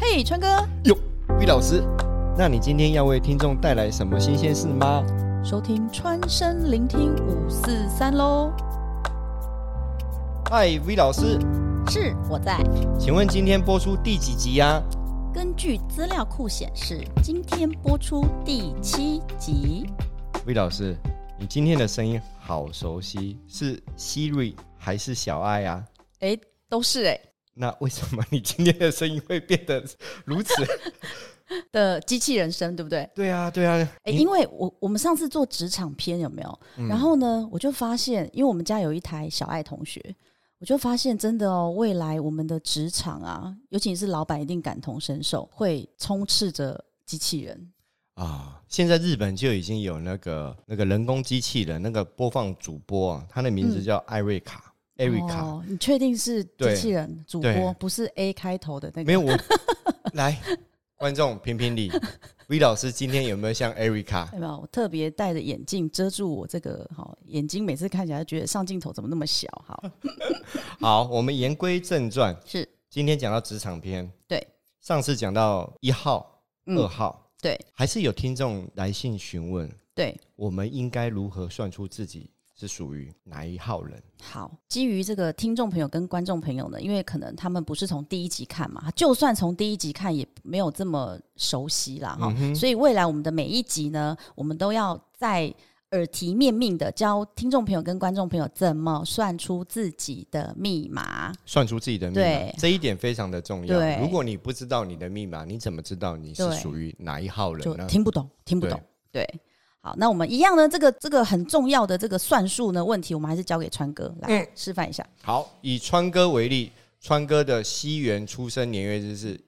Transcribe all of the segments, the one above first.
嘿，川哥哟，V 老师，那你今天要为听众带来什么新鲜事吗？ 收听川声聆听543咯。 嗨 V 老师， 是我在。 请问今天播出第几集呀？ 根据资料库显示，今天播出第7集。 V 老师，你今天的声音好熟悉，是 Siri 还是小爱啊？ 都是那为什么你今天的声音会变得如此的机器人声，对不对？ 对啊对啊。 因为我们上次做职场篇有没有、然后呢我就发现，因为我们家有一台小爱同学，我就发现真的未来我们的职场啊，尤其是老板一定感同身受，会充斥着机器人啊，现在日本就已经有那个人工机器人，那个播放主播啊，他的名字叫艾瑞卡。Erica， 你确定是机器人主播，不是 A 开头的那个？ 没有我来，观众评评理，V 老师今天有没有像 Erica？ 有没有？我特别戴着眼镜遮住我这个眼睛，每次看起来觉得上镜头怎么那么小？ 好，我们言归正传， 是今天讲到职场篇， 对， 上次讲到1号、2号， 对， 还是有听众来信询问， 对， 我们应该如何算出自己是属于哪一号人？ 好，基于这个听众朋友跟观众朋友呢，因为可能他们不是从第一集看嘛，就算从第一集看也没有这么熟悉啦、所以未来我们的每一集呢，我们都要在耳提面命的教听众朋友跟观众朋友怎么算出自己的密码， 算出自己的密码，这一点非常的重要。 对， 如果你不知道你的密码，你怎么知道你是属于哪一号人呢？ 就听不懂。对，好，那我们一样呢，这个很重要的这个算术呢问题，我们还是交给川哥来示范一下。 好，以川哥为例，川哥的西元出生年月日是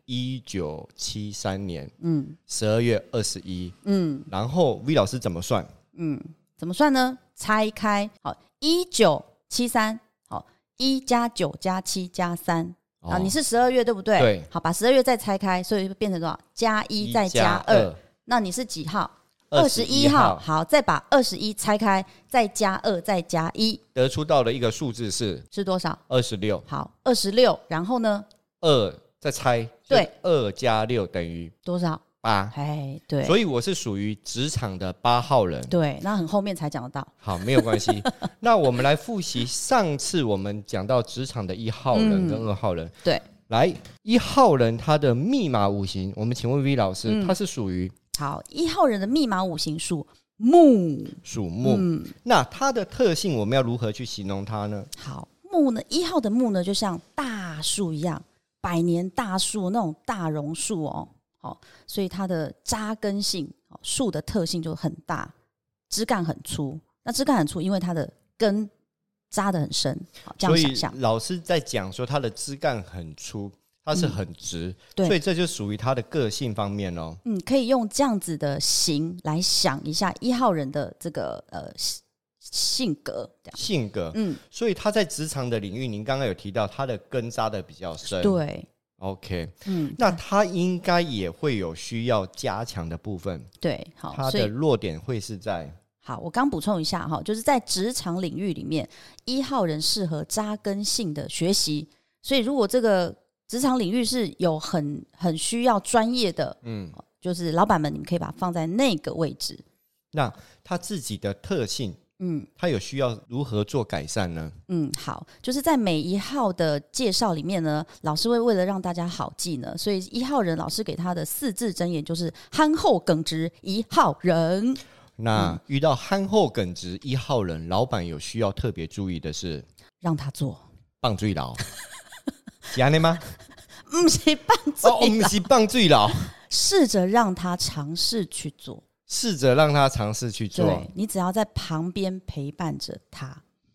1973年12月21，然后 V 老师怎么算？ 怎么算呢？拆开，好，1973，好，1加9加7加3。啊，你是12月对不对？ 对。 好，把12月再拆开，所以变成多少？加1再加2。那你是几号？21号。好，再把21拆开，再加2再加1， 得出到的一个数字是多少 ？26。 好，26，然后呢 ？2再拆， 对 ，2加6等于多少 ？8。 对， 所以我是属于职场的8号人。 对，那很后面才讲得到。 好，没有关系。那我们来复习上次我们讲到职场的1号人跟2号人。 对， 来，1号人他的密码五行，我们请问 V 老师，他是属于？ 好，1号人的密码五行属木， 属木。那它的特性我们要如何去形容它呢？ 好，木呢，1号的木呢，就像大树一样，100年大树那种大榕树哦。好，所以它的扎根性，树的特性就很大，枝干很粗。那枝干很粗，因为它的根扎得很深。好，这样想象。 所以老师在讲说它的枝干很粗，它是很直， 对， 所以这就属于它的个性方面哦。 可以用这样子的形来想一下1号人的这个性格， 性格。所以他在职场的领域，您刚刚有提到他的根扎的比较深， 对。 OK， 那他应该也会有需要加强的部分。 对，好， 他的弱点会是在。 好，我刚补充一下哈，就是在职场领域里面，1号人适合扎根性的学习。所以如果这个职场领域是有很需要专业的，就是老板们，你们可以把它放在那个位置。 那他自己的特性。他有需要如何做改善呢？ 好，就是在每1号的介绍里面呢，老师会为了让大家好记呢，所以1号人老师给他的4字真言就是憨厚耿直1号人。 那遇到憨厚耿直1号人，老板有需要特别注意的是， 让他做放水牢，是这样吗？ 不是放水牢， 不是放水牢， 试着让他尝试去做。 试着让他尝试去做， 对，你只要在旁边陪伴着他。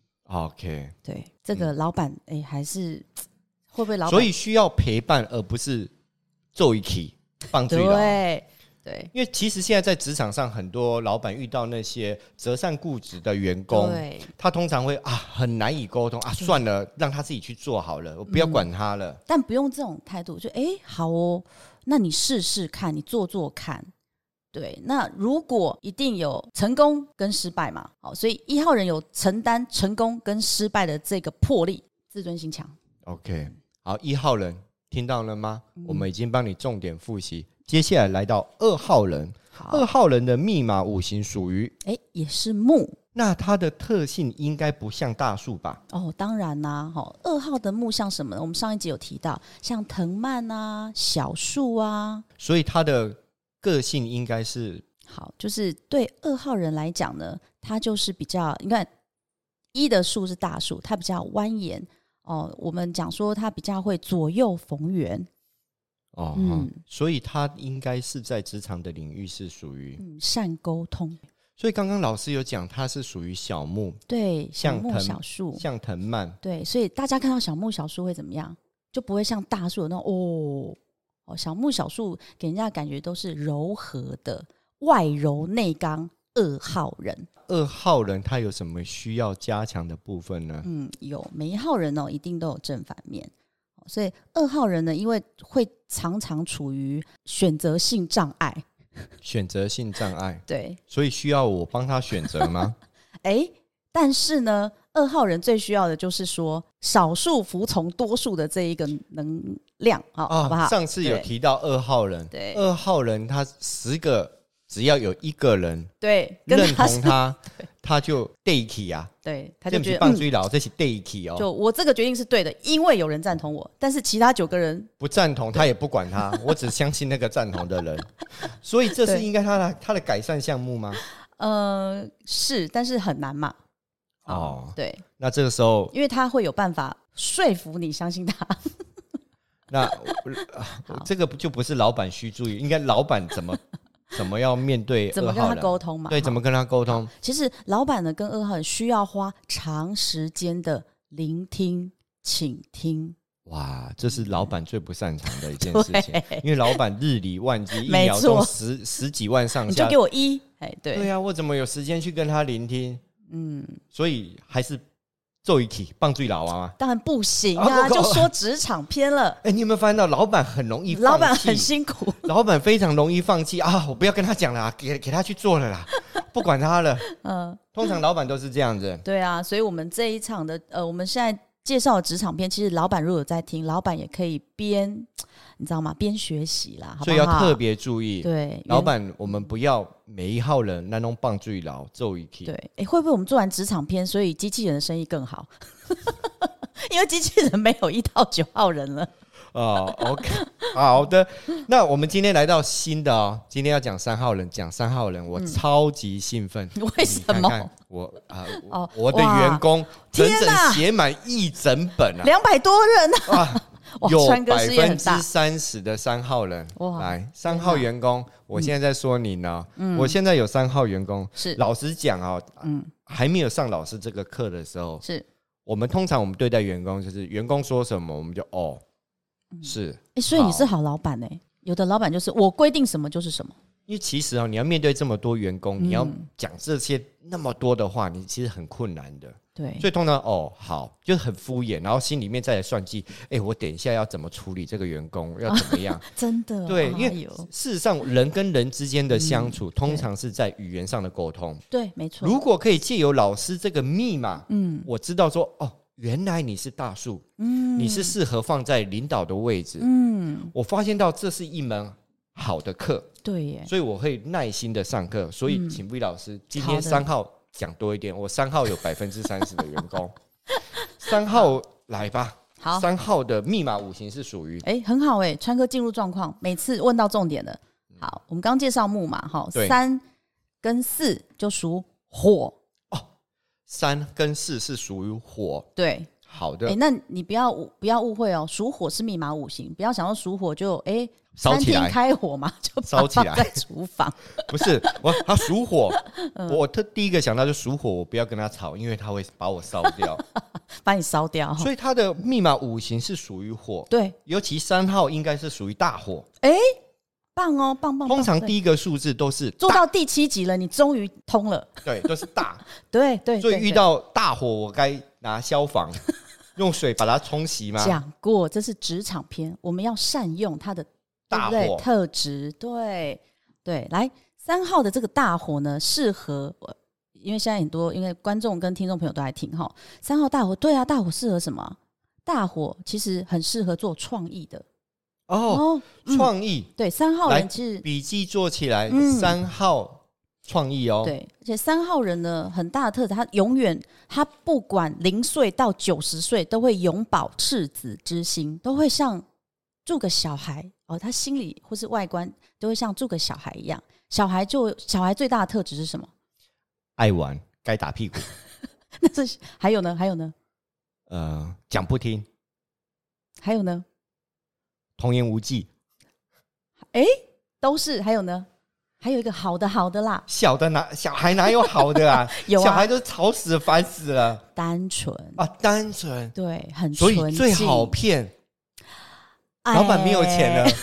OK， 对，这个老板还是会不会老板？ 所以需要陪伴，而不是做一起放水牢。 对， 因为其实现在在职场上，很多老板遇到那些择善固执的员工，他通常会很难以沟通算了，让他自己去做好了，我不要管他了。 但不用这种态度，就好哦，那你试试看，你做做看。对，那如果一定有成功跟失败嘛，好，所以1号人有承担成功跟失败的这个魄力，自尊心强。 OK， 好，1号人听到了吗？我们已经帮你重点复习。接下来来到2号人，2号人的密码五行属于也是木， 那它的特性应该不像大树吧？ 当然啦，2号的木像什么呢？我们上一集有提到，像藤蔓啊、小树啊， 所以它的个性应该是好，就是对2号人来讲呢，它就是比较，你看1的树是大树，它比较蜿蜒我们讲说它比较会左右逢源。 所以他应该是在职场的领域是属于善沟通。 所以刚刚老师有讲，它是属于小木， 对，小木小树， 像藤蔓。 对，所以大家看到小木小树会怎么样？就不会像大树有那种小木小树给人家的感觉都是柔和的，外柔内刚。2号人 ，2号人他有什么需要加强的部分呢？ 有，每一号人一定都有正反面。所以2号人呢，因为会常常处于选择性障碍，对， 所以需要我帮他选择吗？ 但是呢，2号人最需要的就是说少数服从多数的这一个能量，好不好？ 上次有提到2号人，对，2号人他10个只要有1个人对认同他，他就对起啊， 对，他就觉得棒追老这是对起就我这个决定是对的，因为有人赞同我，但是其他9个人不赞同，他也不管他，我只相信那个赞同的人，所以这是应该他的改善项目吗？ 是，但是很难嘛。对， 那这个时候， 因为他会有办法说服你相信他。 那这个就不是老板需注意，应该老板怎么要面对2号人， 怎么跟他沟通嘛？ 对，怎么跟他沟通？ 其实老板呢跟2号人需要花长时间的聆听、倾听。 哇，这是老板最不擅长的一件事情，因为老板日理万机，1秒钟十几万上下， 你就给我1， 对啊，我怎么有时间去跟他聆听？所以还是做一起棒最老啊？ 当然不行啊，就说职场篇了。 你有没有发现到老板很容易放弃？ 老板很辛苦， 老板非常容易放弃啊！我不要跟他讲了，给他去做了啦，不管他了。通常老板都是这样子。 对啊，所以我们这一场的我们现在介绍的职场篇，其实老板如果有在听，老板也可以你知道吗？边学习啦，好不好？ 所以要特别注意。 对， 老板，我们不要每1号人那种棒最老做一起。 对，会不会我们做完职场篇，所以机器人的生意更好？因为机器人没有1到9号人了。 OK， 好的。那我们今天来到新的今天要讲3号人，我超级兴奋。 为什么？ 看我的员工整整写满1整本啊 ，200多人啊！ 有30%的3号人来，3号员工，我现在在说你呢。我现在有3号员工，是老实讲还没有上老师这个课的时候，是我们通常对待员工就是员工说什么我们就是所以你是好老板有的老板就是我规定什么就是什么。 因为其实你要面对这么多员工，你要讲这些那么多的话，你其实很困难的。 对， 所以通常好，就很敷衍，然后心里面再来算计，我等一下要怎么处理这个员工，要怎么样？ 真的， 对，因为事实上人跟人之间的相处，通常是在语言上的沟通。 对，没错。 如果可以借由老师这个密码，我知道说原来你是大树，你是适合放在领导的位置，我发现到这是一门好的课， 对耶， 所以我会耐心的上课。所以请魏老师今天3号讲多一点，我3号有30%的员工，3号来吧。好，3号的密码五行是属于很好川哥进入状况，每次问到重点的。好，我们刚介绍木嘛，3跟4就属火 3跟4是属于火， 对。 好的， 那你不要误会属火是密码五行，不要想到属火就烧起来， 餐厅开火嘛，就烧起来在厨房。 不是他属火，我第一个想到就属火，我不要跟他吵，因为他会把我烧掉， 把你烧掉。 所以他的密码五行是属于火， 对， 尤其3号应该是属于大火。 棒哦，棒。 通常第一个数字都是做到第7集了，你终于通了。 对，都是大。 对， 所以遇到大火，我该拿消防用水把它冲洗吗？ 讲过，这是职场篇，我们要善用它的大火特质。对，来3号的这个大火呢，适合因为现在很多因为观众跟听众朋友都来听3号大火，对啊，大火适合什么？大火其实很适合做创意的创意。 对，3号人其实笔记做起来，3号创意哦。 对，而且3号人呢，很大的特质，他永远，他不管0岁到90岁，都会永葆赤子之心，都会像住个小孩哦，他心里或是外观都会像住个小孩一样。小孩最大的特质是什么？ 爱玩，该打屁股。 那是还有呢？ 讲不听。 还有呢？ 童言无忌。 都是。还有呢？还有一个好的啦。小孩哪有好的啊？ 有啊， 小孩都吵死烦死了。 单纯啊，单纯。 对，很纯净。 所以最好骗。老板没有钱了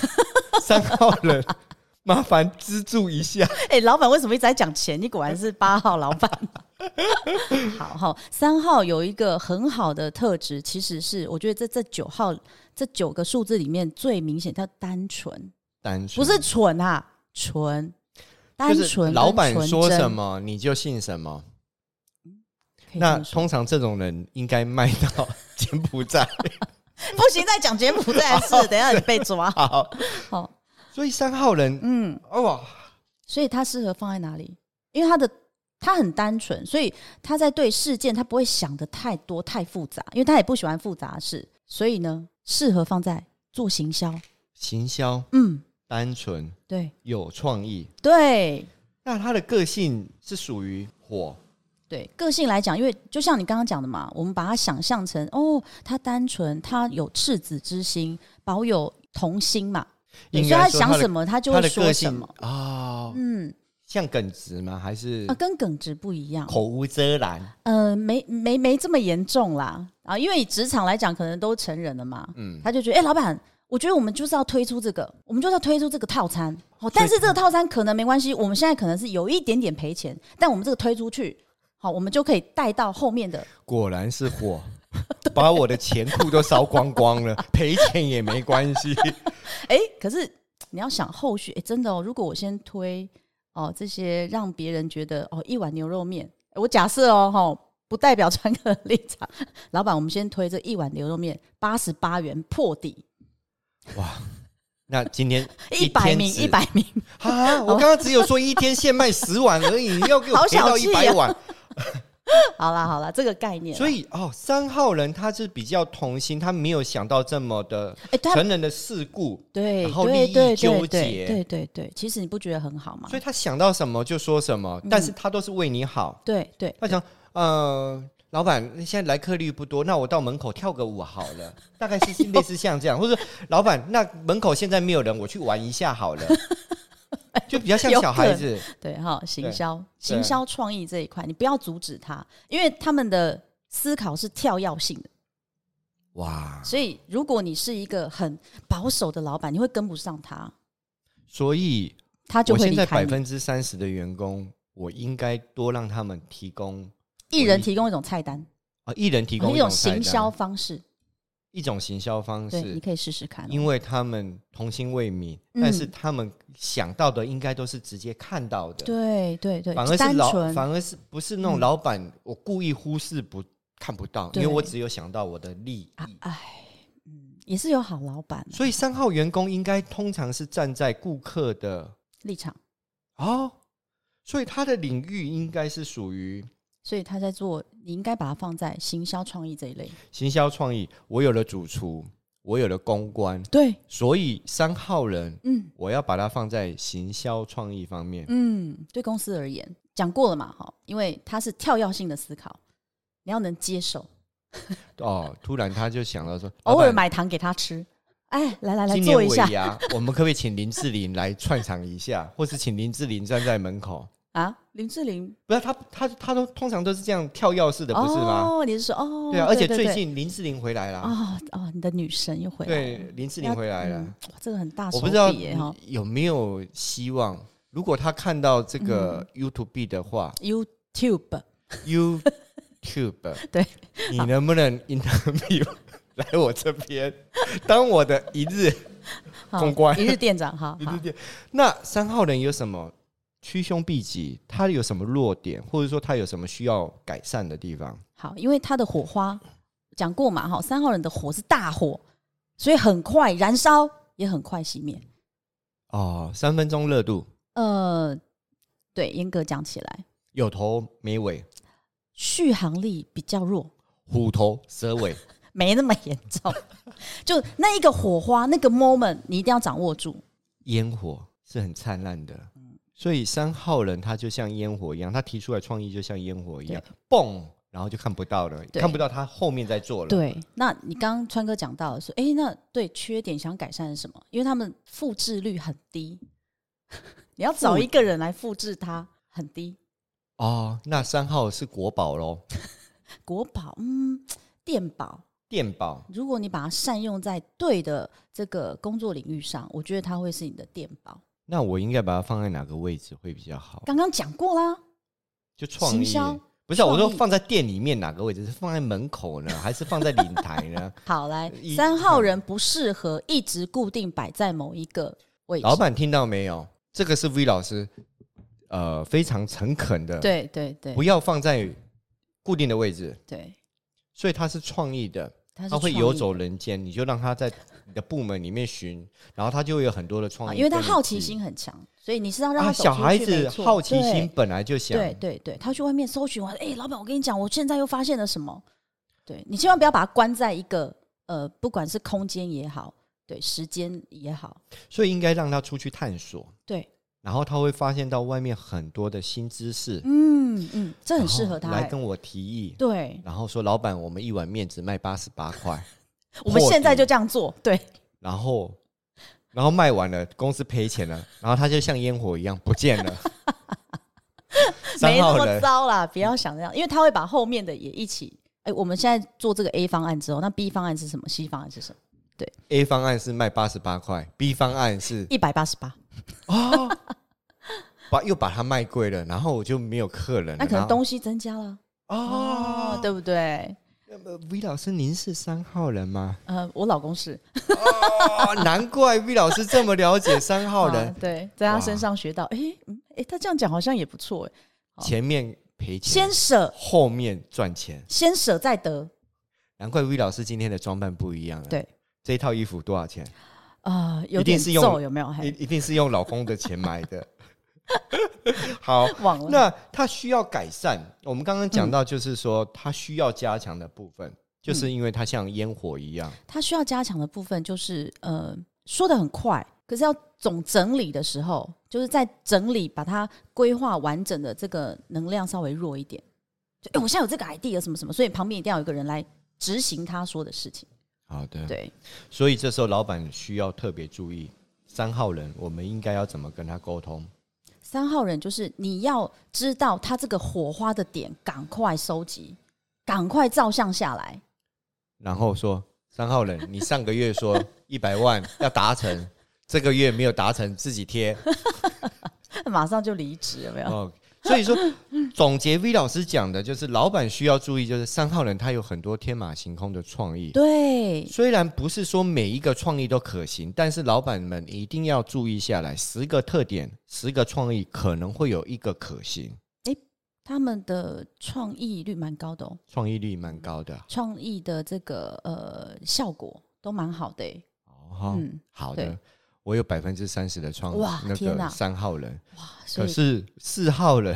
，3号人。麻烦资助一下。 老板为什么一直在讲钱？你果然是8号老板。好，3号有一个很好的特质，其实是我觉得这9号这9个数字里面最明显，叫单纯。不是蠢啊，纯，单纯。就是老板说什么你就信什么。那通常这种人应该卖到柬埔寨。 不行，再讲柬埔寨的事，等一下你被抓。 好。所以3号人， 所以他适合放在哪里？因为他很单纯，所以他在对事件他不会想的太多太复杂，因为他也不喜欢复杂的事，所以呢，适合放在做行销。单纯，对，有创意，对。那他的个性是属于火。对，个性来讲，因为就像你刚刚讲的嘛，我们把他想象成他单纯，他有赤子之心，保有童心嘛。所以他想什么他就会说什么像耿直吗？还是跟耿直不一样，口无遮拦？没这么严重啦因为以职场来讲，可能都成人了嘛。他就觉得老板，我觉得我们就是要推出这个，我们就是要推出这个套餐但是这个套餐可能没关系，我们现在可能是有一点点赔钱，但我们这个推出去，我们就可以带到后面的。果然是火。把我的钱库都烧光光了，赔钱也没关系。可是你要想后续，真的如果我先推这些让别人觉得一碗牛肉面，我假设不代表川哥的立场，老板，我们先推这一碗牛肉面88元破底。哇，那今天100名啊！我刚刚只有说一天限卖10碗而已，你要给我贴到100碗。好啦，这个概念。所以3号人他是比较童心，他没有想到这么的成人的世故，对，然后利益纠结，对，其实你不觉得很好吗？所以他想到什么就说什么，但是他都是为你好。对，他想老板现在来客率不多，那我到门口跳个舞好了，大概是类似像这样，或者老板那门口现在没有人，我去玩一下好了。就比较像小孩子。对行销创意这一块，你不要阻止他，因为他们的思考是跳跃性的。哇！所以如果你是一个很保守的老板，你会跟不上他，所以他就会离开你。我现在30%的员工，我应该多让他们提供一人提供一种菜单一人提供一种行销方式。一种行销方式，对，你可以试试看。因为他们童心未泯，但是他们想到的应该都是直接看到的。对，反而是不是那种老板我故意忽视看不到，因为我只有想到我的利益。也是有好老板。所以3号员工应该通常是站在顾客的立场所以他的领域应该是属于。所以他在做，你应该把它放在行销创意这一类。行销创意，我有了主厨，我有了公关，对，所以3号人，我要把它放在行销创意方面。对公司而言，讲过了嘛，因为它是跳跃性的思考，你要能接受。突然他就想到说，偶尔买糖给他吃，来做一下。今年尾牙，我们可不可以请林志玲来串场一下，或是请林志玲站在门口？林志玲不是他都通常都是这样跳跃式的，不是吗？你是说对啊，而且最近林志玲回来了你的女神又回来了。对，林志玲回来了，这个很大手笔。我不知道有没有希望，如果他看到这个 YouTube 的话，YouTube 对，你能不能 interview 来我这边当我的一日公关、一日店长？好，那3号人有什么趋凶避吉？他有什么弱点，或者说他有什么需要改善的地方？好，因为他的火花讲过嘛，3号人的火是大火，所以很快燃烧， 也很快熄灭。 哦，3分钟热度。 对，严格讲起来， 有头没尾， 续航力比较弱， 虎头蛇尾， 没那么严重。就那一个火花，那个 moment， 你一定要掌握住。 烟火是很灿烂的，所以3号人他就像烟火一样，他提出来创意就像烟火一样，蹦，然后就看不到了，看不到他后面在做了。 对，那你刚刚川哥讲到的是，那对缺点想改善是什么？因为他们复制率很低。你要找一个人来复制它，很低哦。那3号是国宝咯。 国宝，电宝。 电宝， 如果你把它善用在对的这个工作领域上，我觉得它会是你的电宝。 那我应该把它放在哪个位置会比较好？ 刚刚讲过啦， 就创意。不是，我说放在店里面哪个位置？是放在门口呢，还是放在领台呢？ 好，来，3号人不适合一直固定摆在某一个位置。 老板听到没有？这个是 V 老师非常诚恳的， 对对对， 不要放在固定的位置， 对， 所以他是创意的，他会游走人间，你就让他在你的部门里面巡，然后他就会有很多的创意， 因为他好奇心很强，所以你是要让他走出去。 小孩子好奇心本来就想， 对对对，他去外面搜寻完，老板，我跟你讲，我现在又发现了什么？对，你千万不要把它关在一个不管是空间也好，对，时间也好， 所以应该让他出去探索。 对， 然后他会发现到外面很多的新知识， 这很适合他来跟我提议。 对， 然后说老板，我们一碗面只卖88块， 我们现在就这样做。对， 然后卖完了，公司赔钱了，然后他就像烟火一样不见了。 没那么糟啦，不要想这样，因为他会把后面的也一起。我们现在做这个 A 方案之后，那 B 方案是什么？ C 方案是什么？对 ，A 方案是卖88块 ，B 方案是 188。 哦，又把它卖贵了，然后我就没有客人了， 那可能东西增加了哦，对不对 ？V 老师，您是3号人吗？ 我老公是。 难怪 V 老师这么了解3号人。 对，在他身上学到，他这样讲好像也不错。 前面赔钱， 先舍， 后面赚钱， 先舍再得。 难怪 V 老师今天的装扮不一样了。 对， 这一套衣服多少钱？ 有点皱，有没有？ 一定是用老公的钱买的。好， 忘了。 那他需要改善。我们刚刚讲到，就是说他需要加强的部分，就是因为他像烟火一样。 他需要加强的部分就是说得很快，可是要总整理的时候，就是在整理把它规划完整的这个能量稍微弱一点。就我现在有这个 idea 什么什么，所以旁边一定要有一个人来执行他说的事情。 好的， 对， 所以这时候老板需要特别注意3号人，我们应该要怎么跟他沟通 ？3号人就是你要知道他这个火花的点，赶快收集，赶快照相下来， 然后说3号人，你上个月说100万要达成，这个月没有达成，自己贴， 马上就离职，有没有？ 所以说，总结 V 老师讲的就是，老板需要注意，就是3号人他有很多天马行空的创意。 对， 虽然不是说每一个创意都可行，但是老板们一定要注意下来，10个特点，10个创意可能会有1个可行。 他们的创意率蛮高的哦， 创意率蛮高的， 创意的这个效果都蛮好的耶。 好的。我有30%的创意，那个3号人，可是4号人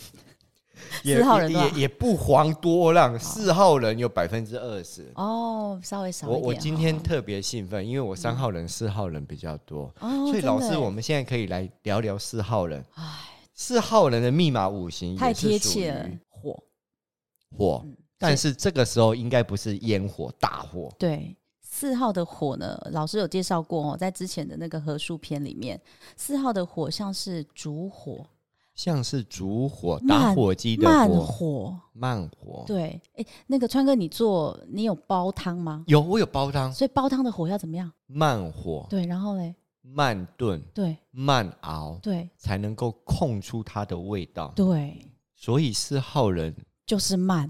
也不遑多让，4号人有20% 哦，稍微少一点。 我今天特别兴奋，因为我3号人、4号人比较多，所以老师，我们现在可以来聊聊4号人。4号人的密码5行太贴切了， 火，但是这个时候应该不是烟火大火， 对。4号的火呢，老师有介绍过在之前的那个合数篇里面，4号的火像是烛火，打火机的慢火。对，那个川哥，你有煲汤吗？ 我有煲汤， 所以煲汤的火要怎么样？ 慢火。 对，然后嘞， 慢炖， 对， 慢熬， 对， 才能够控出它的味道。 对， 所以4号人就是慢。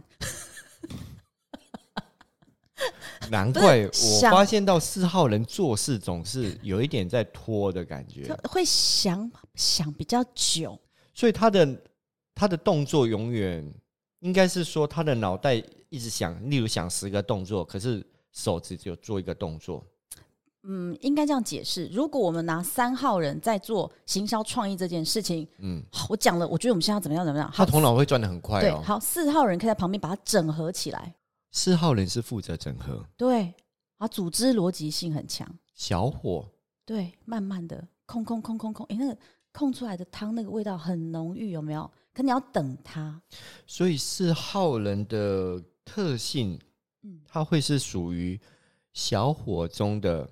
难怪我发现到4号人做事总是有一点在拖的感觉， 会想比较久， 所以他的动作永远应该是说他的脑袋一直想，例如想10个动作，可是手只有做一个动作。 应该这样解释。如果我们拿3号人在做行销创意这件事情，我讲了，我觉得我们现在要怎么样，他头脑会转得很快哦。 对，好，4号人可以在旁边把它整合起来。 4号人是负责整合， 对，组织逻辑性很强。 小火， 对，慢慢的控，那个控出来的汤那个味道很浓郁，有没有？可你要等它。 所以4号人的特性，它会是属于小火中的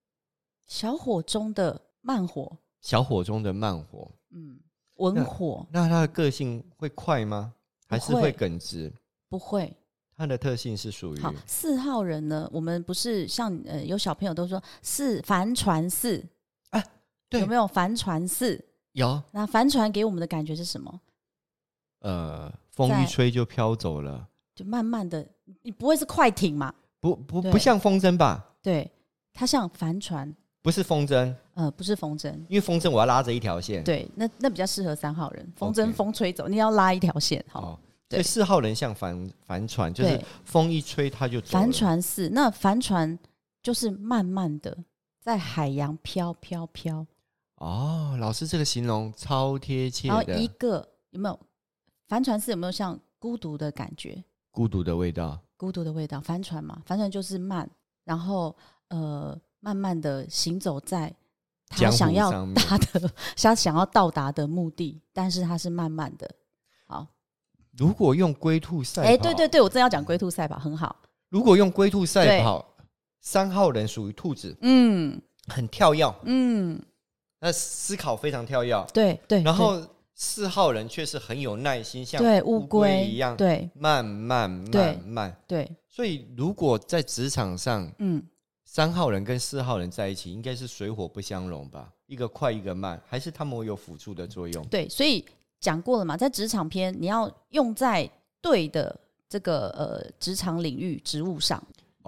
慢火， 小火中的慢火， 文火。 那他的个性会快吗？还是会耿直？ 不会。 他的特性是属于好4号人呢，我们不是像有小朋友都说帆船4 啊，对， 有没有帆船4？ 有。 那帆船给我们的感觉是什么？ 风一吹就飘走了， 就慢慢的，你不会是快艇嘛？ 不像风筝吧？ 对，它像帆船， 不是风筝。 不是风筝， 因为风筝我要拉着一条线。 对，那比较适合3号人。风筝风吹走，你要拉一条线。好。 所以4号人像帆船，就是风一吹它就走了。 帆船4，那帆船就是慢慢的在海洋飘。 哦，老师这个形容超贴切的。 然后一个有没有帆船4有没有像孤独的感觉？ 孤独的味道， 帆船嘛，帆船就是慢，然后慢慢的行走在他想要到达的目的，但是它是慢慢的。好。 如果用龟兔赛跑， 对，我正要讲龟兔赛跑，很好。 如果用龟兔赛跑，3号人属于兔子，很跳跃，那思考非常跳跃， 对。 然后4号人却是很有耐心，像乌龟一样， 对， 慢， 对。 所以如果在职场上，3号人跟4号人在一起，应该是水火不相容吧？一个快，一个慢，还是他们会有辅助的作用？ 对，所以。讲过了嘛，在职场篇你要用在对的这个职场领域职务上。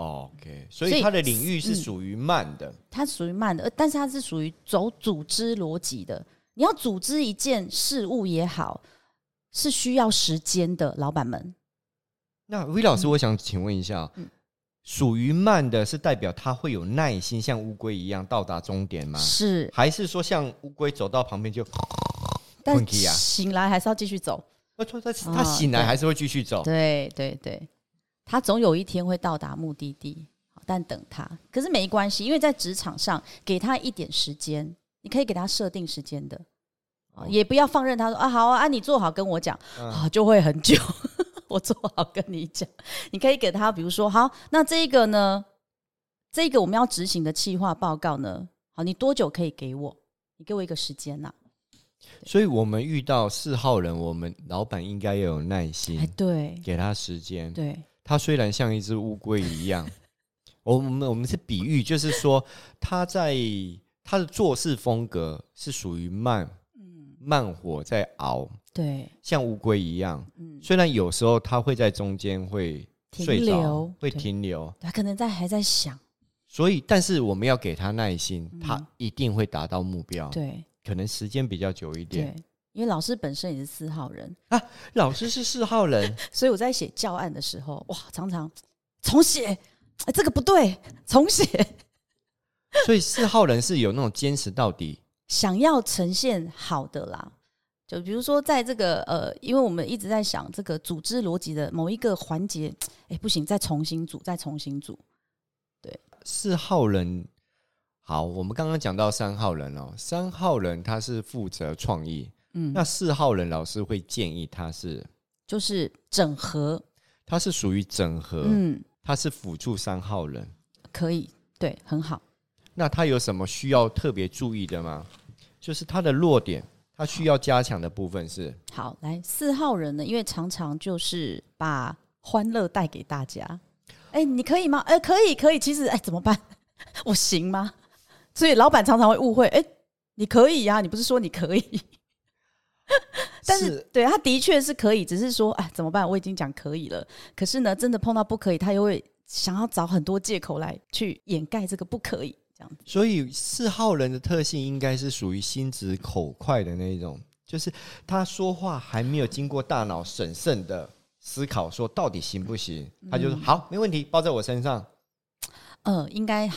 OK， 所以它的领域是属于慢的， 它属于慢的，但是它是属于走组织逻辑的。你要组织一件事物也好，是需要时间的，老板们。 那 V 老师，我想请问一下，属于慢的是代表他会有耐心，像乌龟一样到达终点吗？ 是， 还是说像乌龟走到旁边就？ 但醒来还是要继续走。 他醒来还是会继续走。 对，他总有一天会到达目的地，但等他。可是没关系，因为在职场上给他一点时间，你可以给他设定时间的，也不要放任他说好啊，你做好跟我讲，就会很久。我做好跟你讲，你可以给他，比如说好，那这一个呢，这个我们要执行的企划报告呢，好，你多久可以给我？你给我一个时间呐。 所以我们遇到4号人，我们老板应该要有耐心， 对， 给他时间。 对， 他虽然像一只乌龟一样，我们是比喻，就是说他的做事风格是属于慢火在熬， 对， 像乌龟一样。虽然有时候他会在中间会睡着，会停留， 他可能还在想。 所以，但是我们要给他耐心，他一定会达到目标。 对。 可能时间比较久一点， 对，因为老师本身也是4号人啊，老师是4号人， 所以我在写教案的时候，哇，常常重写，这个不对，重写。 所以4号人是有那种坚持到底， 想要呈现好的啦。就比如说，在这个因为我们一直在想这个组织逻辑的某一个环节，不行，再重新组。对 ，4号人。好，我们刚刚讲到3号人哦，3号人他是负责创意，那4号人老师会建议他就是整合， 他是属于整合，他是辅助3号人， 可以，对，很好。 那他有什么需要特别注意的吗？就是他的弱点，他需要加强的部分是。 好，来4号人呢，因为常常就是把欢乐带给大家，你可以吗？可以，其实怎么办？我行吗？所以老板常常会误会，你可以啊，你不是说你可以？但是对，他的确是可以，只是说怎么办？我已经讲可以了，可是呢，真的碰到不可以，他又会想要找很多借口来去掩盖这个不可以，这样子。 所以4号人的特性应该是属于心直口快的那种，就是他说话还没有经过大脑审慎的思考，说到底行不行，他就说好，没问题，包在我身上。 应该好。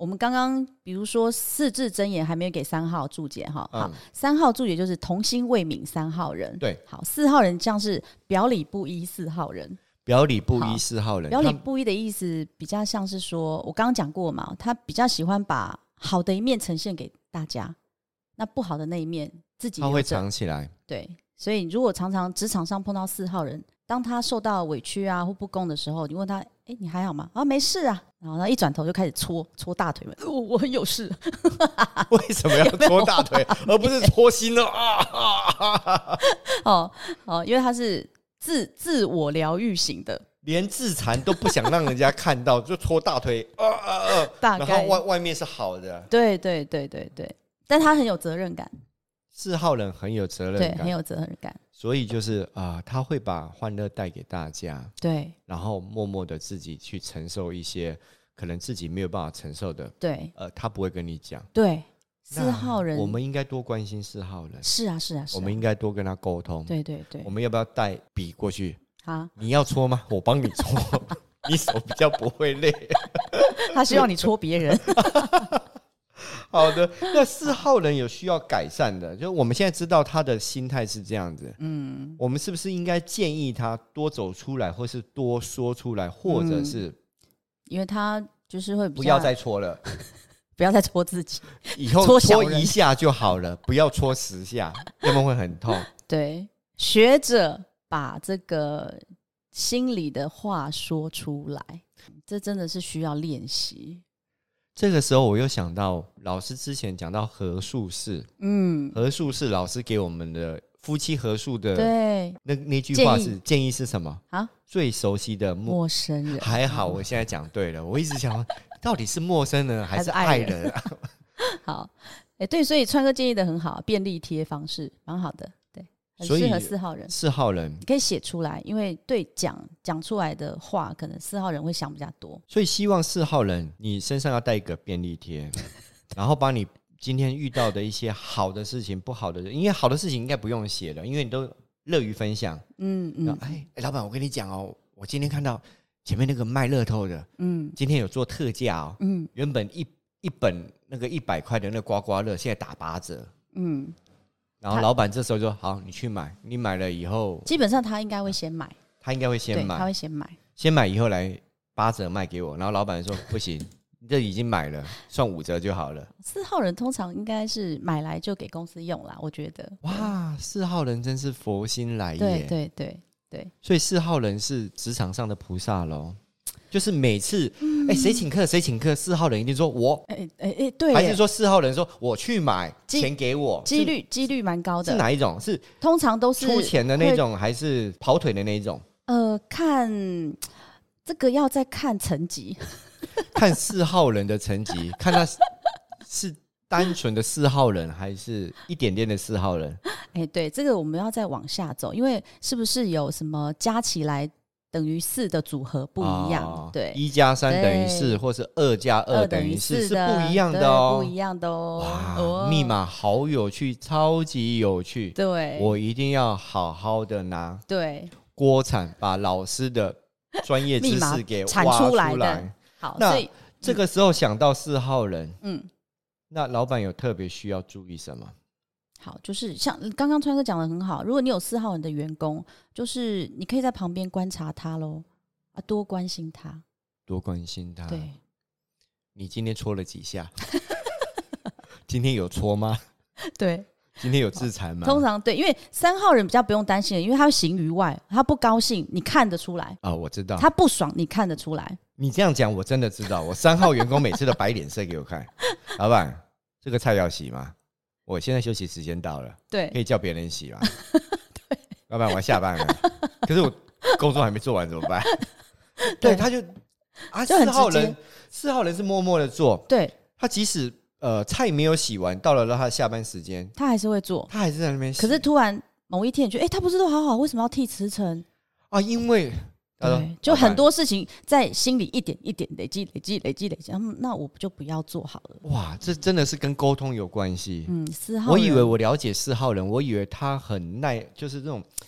我们刚刚比如说4字真言还没有给3号注解哈，好，3号注解就是童心未泯3号人， 对， 好，4号人像是表里不一4号人， 表里不一4号人， 表里不一的意思比较像是说，我刚刚讲过嘛，他比较喜欢把好的一面呈现给大家，那不好的那一面自己他会藏起来， 对，所以如果常常职场上碰到4号人，当他受到委屈啊或不公的时候，你问他，你还好吗？啊，没事啊。然后他一转头就开始搓大腿们，我很有事。 为什么要搓大腿，而不是搓心呢？ 因为他是自我疗愈型的， 连自残都不想让人家看到，就搓大腿，大概然后外面是好的。 对，但他很有责任感。 4号人很有责任感， 对，很有责任感。 所以就是他会把欢乐带给大家， 对， 然后默默的自己去承受一些可能自己没有办法承受的， 对， 他不会跟你讲。 对，4号人， 我们应该多关心4号人。 是啊， 我们应该多跟他沟通。 对， 我们要不要带笔过去？ 啊， 你要搓吗？我帮你搓，你手比较不会累。 他希望你搓别人。 好的，那4号人有需要改善的，就我们现在知道他的心态是这样子，我们是不是应该建议他多走出来，或是多说出来，或者是， 因为他就是会不要再戳了， 不要再戳自己， 以后戳1下就好了，不要戳10下，要不然会很痛。 对，学着把这个心里的话说出来，这真的是需要练习。 这个时候我又想到老师之前讲到合数式，合数式老师给我们的夫妻合数的那句话是建议是什么啊？最熟悉的陌生人。 还好我现在讲对了，我一直想到底是陌生人还是爱人？ 好，对，所以川哥建议的很好，便利贴方式蛮好的，对，很适合4号人。 4号人你可以写出来，因为对讲出来的话，可能4号人会想比较多。 所以希望4号人你身上要带一个便利贴，然后把你今天遇到的一些好的事情、不好的，因为好的事情应该不用写了，因为你都乐于分享。老板，我跟你讲哦，我今天看到前面那个卖乐透的，今天有做特价哦，原本一本那个100块的那个刮刮乐，现在打8折，然后老板这时候就好，你去买，你买了以后， 基本上他应该会先买， 他会先买以后来8折卖给我，然后老板说不行，这已经买了，算5折就好了。 4号人通常应该是买来就给公司用啦，我觉得。 哇，4号人真是佛心来耶！ 对， 所以4号人是职场上的菩萨咯。就是每次谁请客，4号人一定说我， 对， 还是说4号人说我去买，钱给我， 几率蛮高的。 是哪一种？是通常都是出钱的那种，还是跑腿的那一种？ 看这个要再看层级， 看4号人的层级，看他是单纯的4号人，还是一点点的4号人？ 对，这个我们要再往下走，因为是不是有什么加起来等于4的组合不一样？对 ，1+3等于4，或是2+2等于4，是不一样的哦， 不一样的哦。 哇，密码好有趣，超级有趣。 对， 我一定要好好的拿锅铲把老师的专业知识给挖出来。 好， 那这个时候想到4号人，那老板有特别需要注意什么？ 好，就是像刚刚川哥讲的很好，如果你有4号人的员工，就是你可以在旁边观察他咯，多关心他， 对，你今天戳了几下？今天有戳吗？ 对， 今天有自残吗？ 通常对，因为3号人比较不用担心，因为他行于外，他不高兴你看得出来我知道， 他不爽你看得出来。 你这样讲我真的知道，我3号员工每次都摆脸色给我看。老板，这个菜要洗吗？我现在休息时间到了， 对， 可以叫别人洗吗？对，老板，我要下班了，可是我工作还没做完怎么办？对，他就4号人是默默的做， 对， 他即使菜没有洗完，到了他的下班时间， 他还是会做， 他还是在那边洗。 可是突然某一天，你觉得他不是都好好，为什么要替辞呈因为对，就很多事情在心里一点一点累积，那我就不要做好了。 哇，这真的是跟沟通有关系。 4号人， 我以为我了解4号人，我以为他很就是这种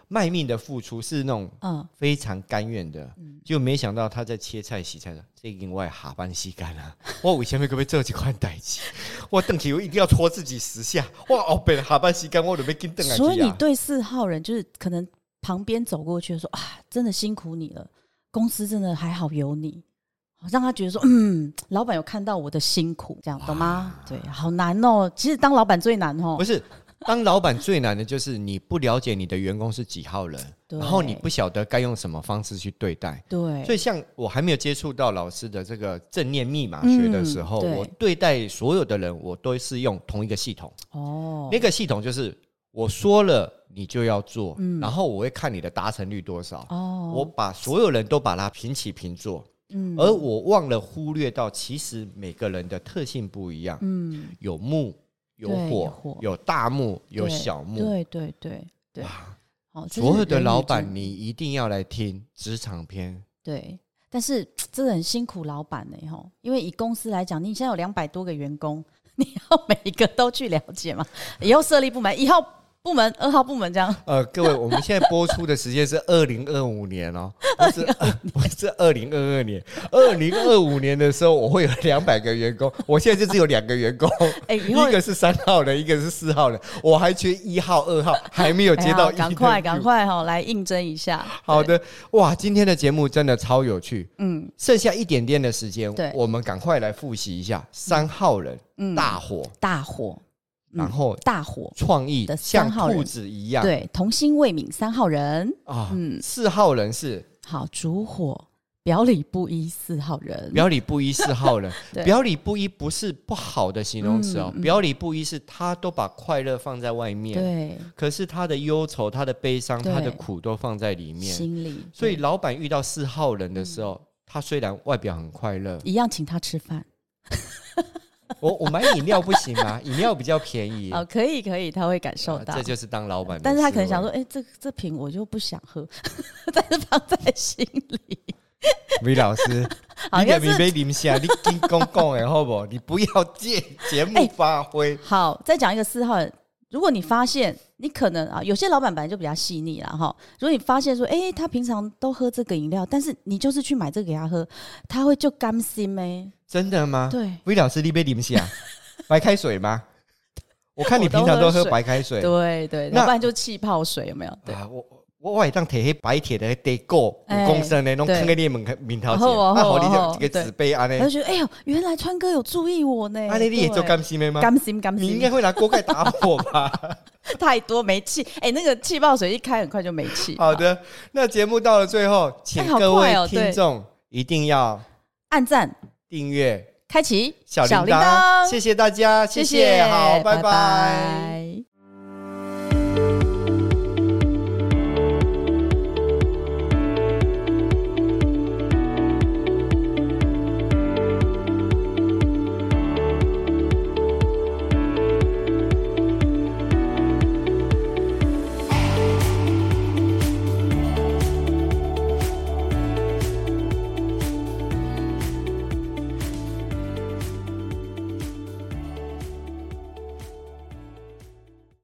卖命的付出，是那种非常甘愿的，就没想到他在切菜洗菜的，这另外下班时间啊，我为什么可不可以做这款代志？我回去我一定要戳自己10下，我后边下班时间我就要紧回来。 所以你对4号人就是可能旁边走过去说啊，真的辛苦你了，公司真的还好有你，让他觉得说老板有看到我的辛苦，这样懂吗？对，好难哦。其实当老板最难哦， 不是。当老板最难的就是你不了解你的员工是几号人，然后你不晓得该用什么方式去对待。 对， 所以像我还没有接触到老师的这个正念密码学的时候，我对待所有的人，我都是用同一个系统。那个系统就是我说了你就要做，然后我会看你的达成率多少。我把所有人都把它平起平坐。而我忘了忽略到，其实每个人的特性不一样。有木。有火，有大木，有小木。对，所有的老板你一定要来听职场篇。 对，但是真的很辛苦老板因为以公司来讲，你现在有200多个员工，你要每一个都去了解嘛。以后设立部门，1号部门、2号部门这样。 各位，我们现在播出的时间是2025年哦，不是2022年。2025年的时候，我会有200个员工，我现在就只有2个员工，一个是3号人，一个是4号人，我还缺1号、2号，还没有接到。 赶快来应征一下。 好的，哇，今天的节目真的超有趣。剩下一点点的时间，我们赶快来复习一下3号人，大火。然后大火创意的像兔子一样， 对，童心未泯3号人啊 ，4号人是好烛火，表里不一4号人， 表里不一4号人，表里不一不是不好的形容词哦，表里不一是他都把快乐放在外面， 对， 可是他的忧愁、他的悲伤、他的苦都放在里面， 心里。 所以老板遇到4号人的时候，他虽然外表很快乐， 一样请他吃饭。 我买饮料不行吗？饮料比较便宜。 可以，他会感受到。 这就是当老板的。 但是他可能想说，这瓶我就不想喝，但是放在心里。 魏老师，你别别啉下，你跟公的好不好？你不要借节目发挥。 好，再讲一个4号人。如果你发现你可能有些老板本来就比较细腻啦哈，如果你发现说，他平常都喝这个饮料，但是你就是去买这个给他喝，他会就甘心真的吗？ 对， 魏老师，你被啉下白开水吗？我看你平常都喝白开水， 对，要不然就气泡水，有没有？对， 我会当摕迄白铁的地锅5公升的，弄放在你面头前，好，你就一个纸杯安尼， 他就觉得原来川哥有注意我呢， 安尼你也做甘心的吗？ 甘心， 你应该会拿锅盖打我吧？ 太多没气，那个气泡水一开很快就没气。 好的，那节目到了最后，请各位听众一定要按赞、 订阅、 开启小铃铛，谢谢大家，谢谢，好，拜拜。